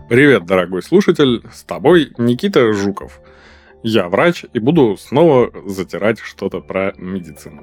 Привет, дорогой слушатель, с тобой Никита Жуков. Я врач и буду снова затирать что-то про медицину.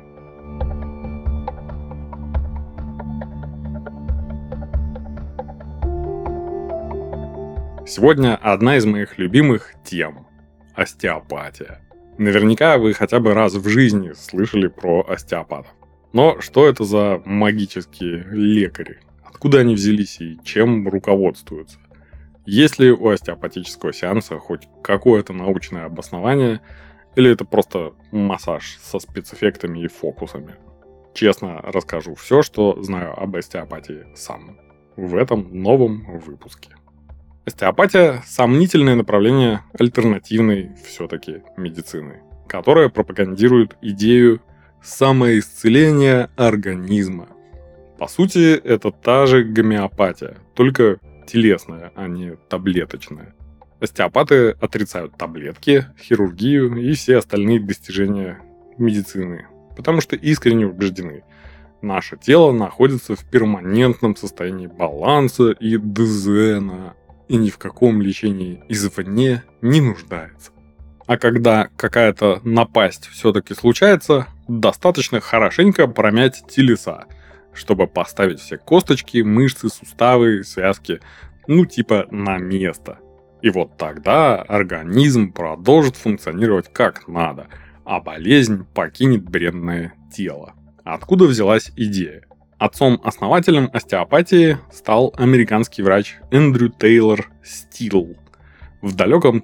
Сегодня одна из моих любимых тем – остеопатия. Наверняка вы хотя бы раз в жизни слышали про остеопатов. Но что это за магические лекари? Откуда они взялись и чем руководствуются? Есть ли у остеопатического сеанса хоть какое-то научное обоснование, или это просто массаж со спецэффектами и фокусами? Честно расскажу все, что знаю об остеопатии сам в этом новом выпуске. Остеопатия – сомнительное направление альтернативной все-таки медицины, которая пропагандирует идею самоисцеления организма. По сути, это та же гомеопатия, только телесная, а не таблеточная. Остеопаты отрицают таблетки, хирургию и все остальные достижения медицины, потому что искренне убеждены, наше тело находится в перманентном состоянии баланса и дзена, и ни в каком лечении извне не нуждается. А когда какая-то напасть все-таки случается, достаточно хорошенько промять телеса, чтобы поставить все косточки, мышцы, суставы, связки, на место. И вот тогда организм продолжит функционировать как надо, а болезнь покинет бренное тело. Откуда взялась идея? Отцом-основателем остеопатии стал американский врач Эндрю Тейлор Стилл в далеком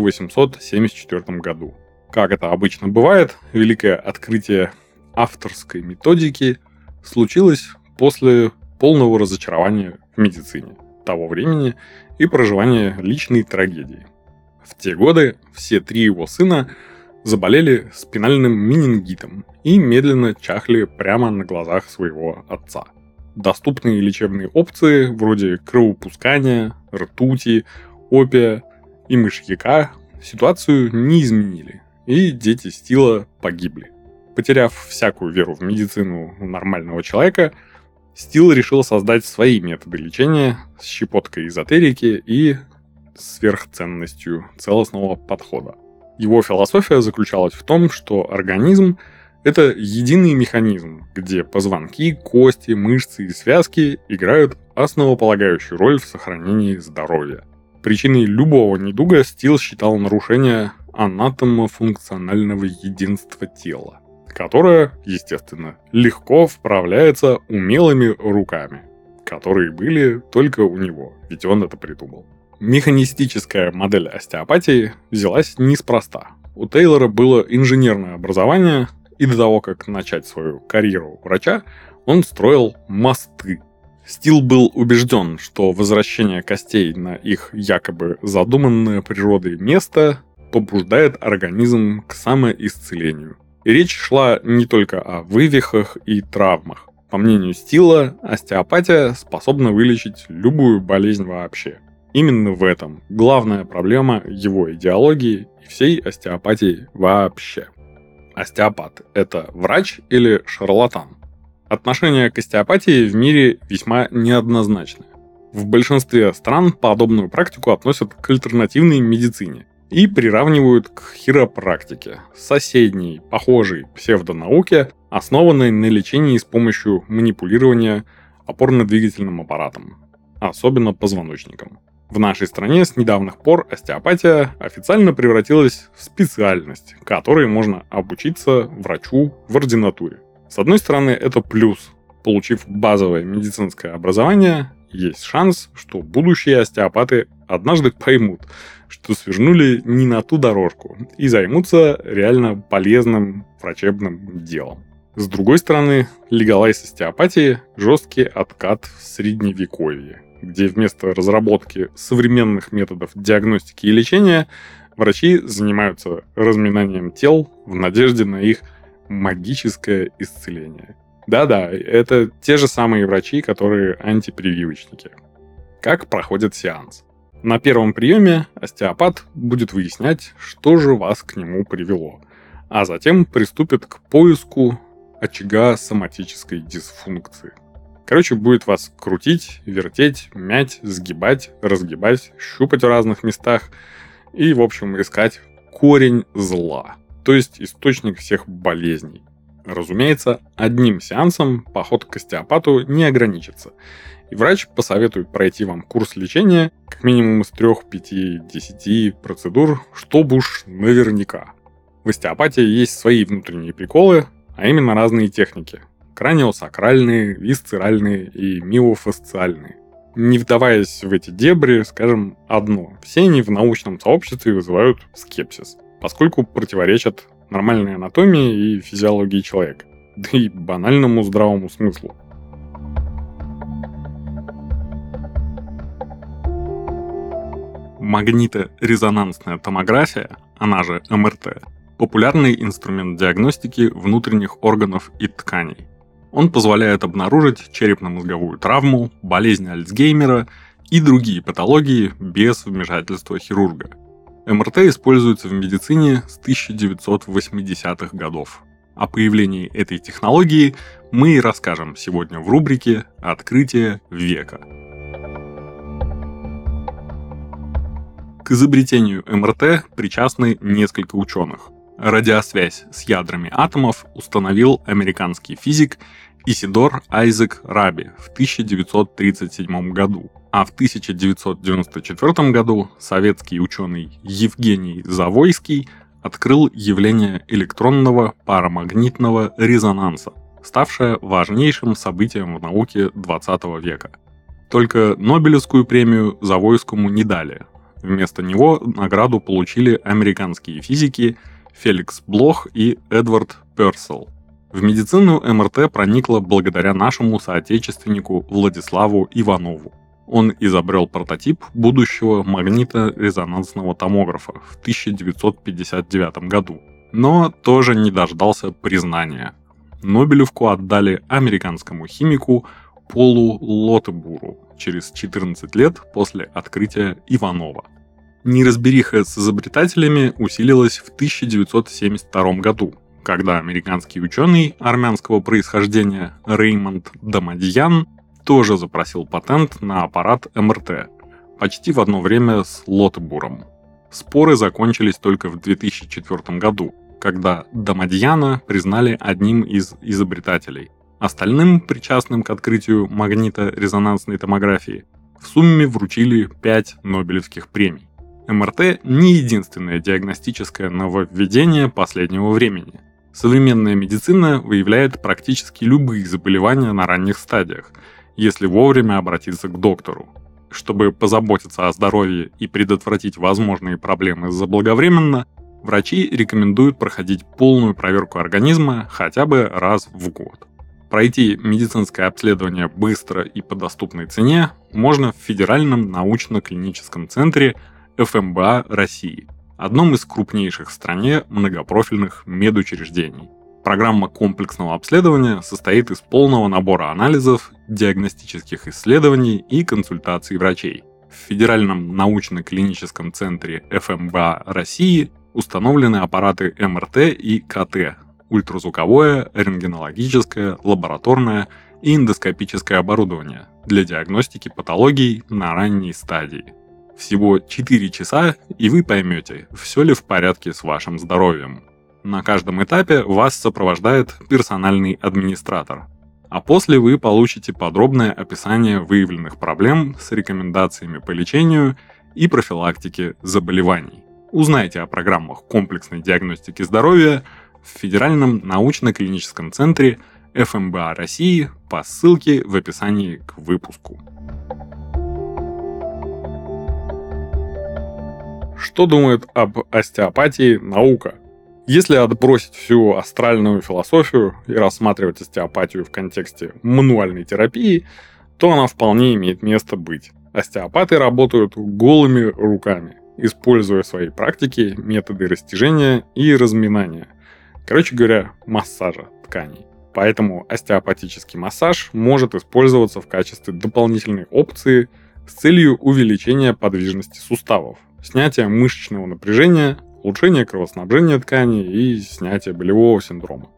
1874 году. Как это обычно бывает, великое открытие авторской методики случилось после полного разочарования в медицине того времени и проживания личной трагедии. В те годы все три его сына заболели спинальным менингитом и медленно чахли прямо на глазах своего отца. Доступные лечебные опции вроде кровопускания, ртути, опия и мышьяка ситуацию не изменили, и дети Стилла погибли. Потеряв всякую веру в медицину нормального человека, Стилл решил создать свои методы лечения с щепоткой эзотерики и сверхценностью целостного подхода. Его философия заключалась в том, что организм – это единый механизм, где позвонки, кости, мышцы и связки играют основополагающую роль в сохранении здоровья. Причиной любого недуга Стилл считал нарушение анатомофункционального единства тела, которое, естественно, легко вправляется умелыми руками, которые были только у него, ведь он это придумал. Механистическая модель остеопатии взялась неспроста. У Тейлора было инженерное образование, и до того, как начать свою карьеру врача, он строил мосты. Стилл был убежден, что возвращение костей на их якобы задуманное природой место побуждает организм к самоисцелению. И речь шла не только о вывихах и травмах. По мнению Стилла, остеопатия способна вылечить любую болезнь вообще. Именно в этом главная проблема его идеологии и всей остеопатии вообще. Остеопат – это врач или шарлатан? Отношение к остеопатии в мире весьма неоднозначное. В большинстве стран подобную практику относят к альтернативной медицине и приравнивают к хиропрактике, соседней, похожей псевдонауке, основанной на лечении с помощью манипулирования опорно-двигательным аппаратом, особенно позвоночником. В нашей стране с недавних пор остеопатия официально превратилась в специальность, которой можно обучиться врачу в ординатуре. С одной стороны, это плюс. Получив базовое медицинское образование, есть шанс, что будущие остеопаты однажды поймут, что свернули не на ту дорожку и займутся реально полезным врачебным делом. С другой стороны, легалайз остеопатии – жесткий откат в средневековье, где вместо разработки современных методов диагностики и лечения врачи занимаются разминанием тел в надежде на их магическое исцеление. Да-да, это те же самые врачи, которые антипрививочники. Как проходит сеанс? На первом приеме остеопат будет выяснять, что же вас к нему привело, а затем приступит к поиску очага соматической дисфункции. Короче, будет вас крутить, вертеть, мять, сгибать, разгибать, щупать в разных местах и, в общем, искать корень зла, то есть источник всех болезней. Разумеется, одним сеансом поход к остеопату не ограничится. И врач посоветует пройти вам курс лечения как минимум из 3, 5, 10 процедур, чтобы уж наверняка. В остеопатии есть свои внутренние приколы, а именно разные техники. Краниосакральные, висцеральные и миофасциальные. Не вдаваясь в эти дебри, скажем одно. Все они в научном сообществе вызывают скепсис, поскольку противоречат нормальной анатомии и физиологии человека, да и банальному здравому смыслу. Магниторезонансная томография, она же МРТ, популярный инструмент диагностики внутренних органов и тканей. Он позволяет обнаружить черепно-мозговую травму, болезнь Альцгеймера и другие патологии без вмешательства хирурга. МРТ используется в медицине с 1980-х годов. О появлении этой технологии мы и расскажем сегодня в рубрике «Открытие века». К изобретению МРТ причастны несколько ученых. Радиосвязь с ядрами атомов установил американский физик Исидор Айзек Раби в 1937 году, а в 1994 году советский ученый Евгений Завойский открыл явление электронного парамагнитного резонанса, ставшее важнейшим событием в науке 20 века. Только Нобелевскую премию Завойскому не дали. Вместо него награду получили американские физики Феликс Блох и Эдвард Перселл. В медицину МРТ проникла благодаря нашему соотечественнику Владиславу Иванову. Он изобрел прототип будущего магниторезонансного томографа в 1959 году, но тоже не дождался признания. Нобелевку отдали американскому химику Полу Лотебуру через 14 лет после открытия Иванова. Неразбериха с изобретателями усилилась в 1972 году, когда американский ученый армянского происхождения Реймонд Дамадьян тоже запросил патент на аппарат МРТ, почти в одно время с Лотебуром. Споры закончились только в 2004 году, когда Дамадьяна признали одним из изобретателей. Остальным, причастным к открытию магниторезонансной томографии, в сумме вручили 5 Нобелевских премий. МРТ не единственное диагностическое нововведение последнего времени. Современная медицина выявляет практически любые заболевания на ранних стадиях, если вовремя обратиться к доктору. Чтобы позаботиться о здоровье и предотвратить возможные проблемы заблаговременно, врачи рекомендуют проходить полную проверку организма хотя бы раз в год. Пройти медицинское обследование быстро и по доступной цене можно в Федеральном научно-клиническом центре ФМБА России, одном из крупнейших в стране многопрофильных медучреждений. Программа комплексного обследования состоит из полного набора анализов, диагностических исследований и консультаций врачей. В Федеральном научно-клиническом центре ФМБА России установлены аппараты МРТ и КТ, ультразвуковое, рентгенологическое, лабораторное и эндоскопическое оборудование для диагностики патологий на ранней стадии. Всего 4 часа, и вы поймете, все ли в порядке с вашим здоровьем. На каждом этапе вас сопровождает персональный администратор, а после вы получите подробное описание выявленных проблем с рекомендациями по лечению и профилактике заболеваний. Узнайте о программах комплексной диагностики здоровья в Федеральном научно-клиническом центре ФМБА России по ссылке в описании к выпуску. Что думает об остеопатии наука? Если отбросить всю астральную философию и рассматривать остеопатию в контексте мануальной терапии, то она вполне имеет место быть. Остеопаты работают голыми руками, используя в своей практике методы растяжения и разминания. Короче говоря, массажа тканей. Поэтому остеопатический массаж может использоваться в качестве дополнительной опции с целью увеличения подвижности суставов, снятия мышечного напряжения, улучшения кровоснабжения тканей и снятия болевого синдрома.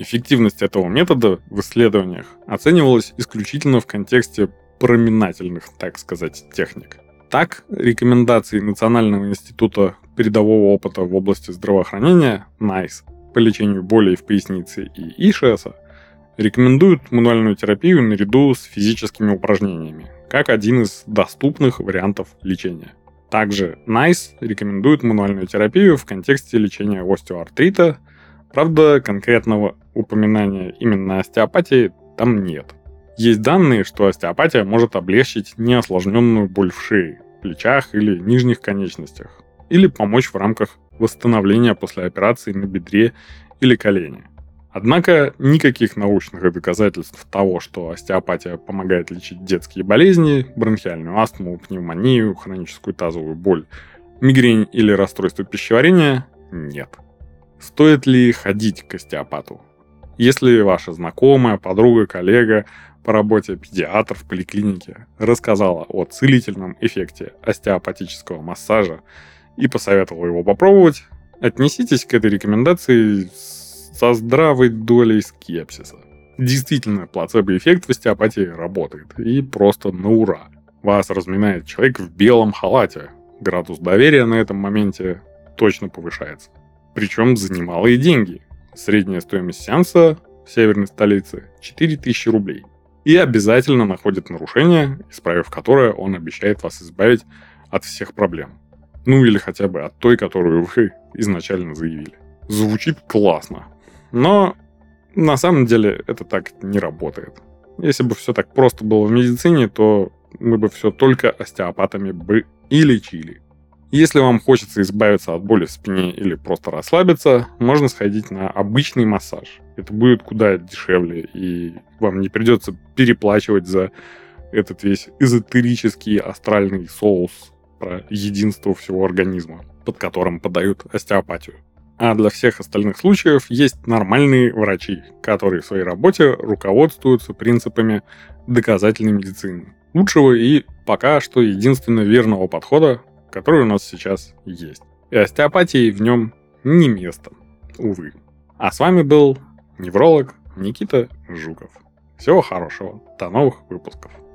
Эффективность этого метода в исследованиях оценивалась исключительно в контексте проминательных, так сказать, техник. Так, рекомендации Национального института передового опыта в области здравоохранения (NICE) по лечению болей в пояснице и ишиаса рекомендуют мануальную терапию наряду с физическими упражнениями, как один из доступных вариантов лечения. Также NICE рекомендует мануальную терапию в контексте лечения остеоартрита, правда, конкретного упоминания именно остеопатии там нет. Есть данные, что остеопатия может облегчить неосложненную боль в шее, плечах или нижних конечностях, или помочь в рамках восстановления после операции на бедре или колене. Однако никаких научных доказательств того, что остеопатия помогает лечить детские болезни, бронхиальную астму, пневмонию, хроническую тазовую боль, мигрень или расстройство пищеварения, нет. Стоит ли ходить к остеопату? Если ваша знакомая, подруга, коллега по работе, педиатр в поликлинике рассказала о целительном эффекте остеопатического массажа и посоветовала его попробовать, отнеситесь к этой рекомендации со здравой долей скепсиса. Действительно, плацебо-эффект в остеопатии работает. И просто на ура. Вас разминает человек в белом халате. Градус доверия на этом моменте точно повышается. Причем за немалые деньги. Средняя стоимость сеанса в северной столице 4000 рублей. И обязательно находит нарушение, исправив которое он обещает вас избавить от всех проблем. Ну или хотя бы от той, которую вы изначально заявили. Звучит классно. Но на самом деле это так не работает. Если бы все так просто было в медицине, то мы бы все только остеопатами бы и лечили. Если вам хочется избавиться от боли в спине или просто расслабиться, можно сходить на обычный массаж. Это будет куда дешевле, и вам не придется переплачивать за этот весь эзотерический астральный соус про единство всего организма, под которым подают остеопатию. А для всех остальных случаев есть нормальные врачи, которые в своей работе руководствуются принципами доказательной медицины. Лучшего и пока что единственно верного подхода, который у нас сейчас есть. И остеопатии в нем не место, увы. А с вами был невролог Никита Жуков. Всего хорошего. До новых выпусков.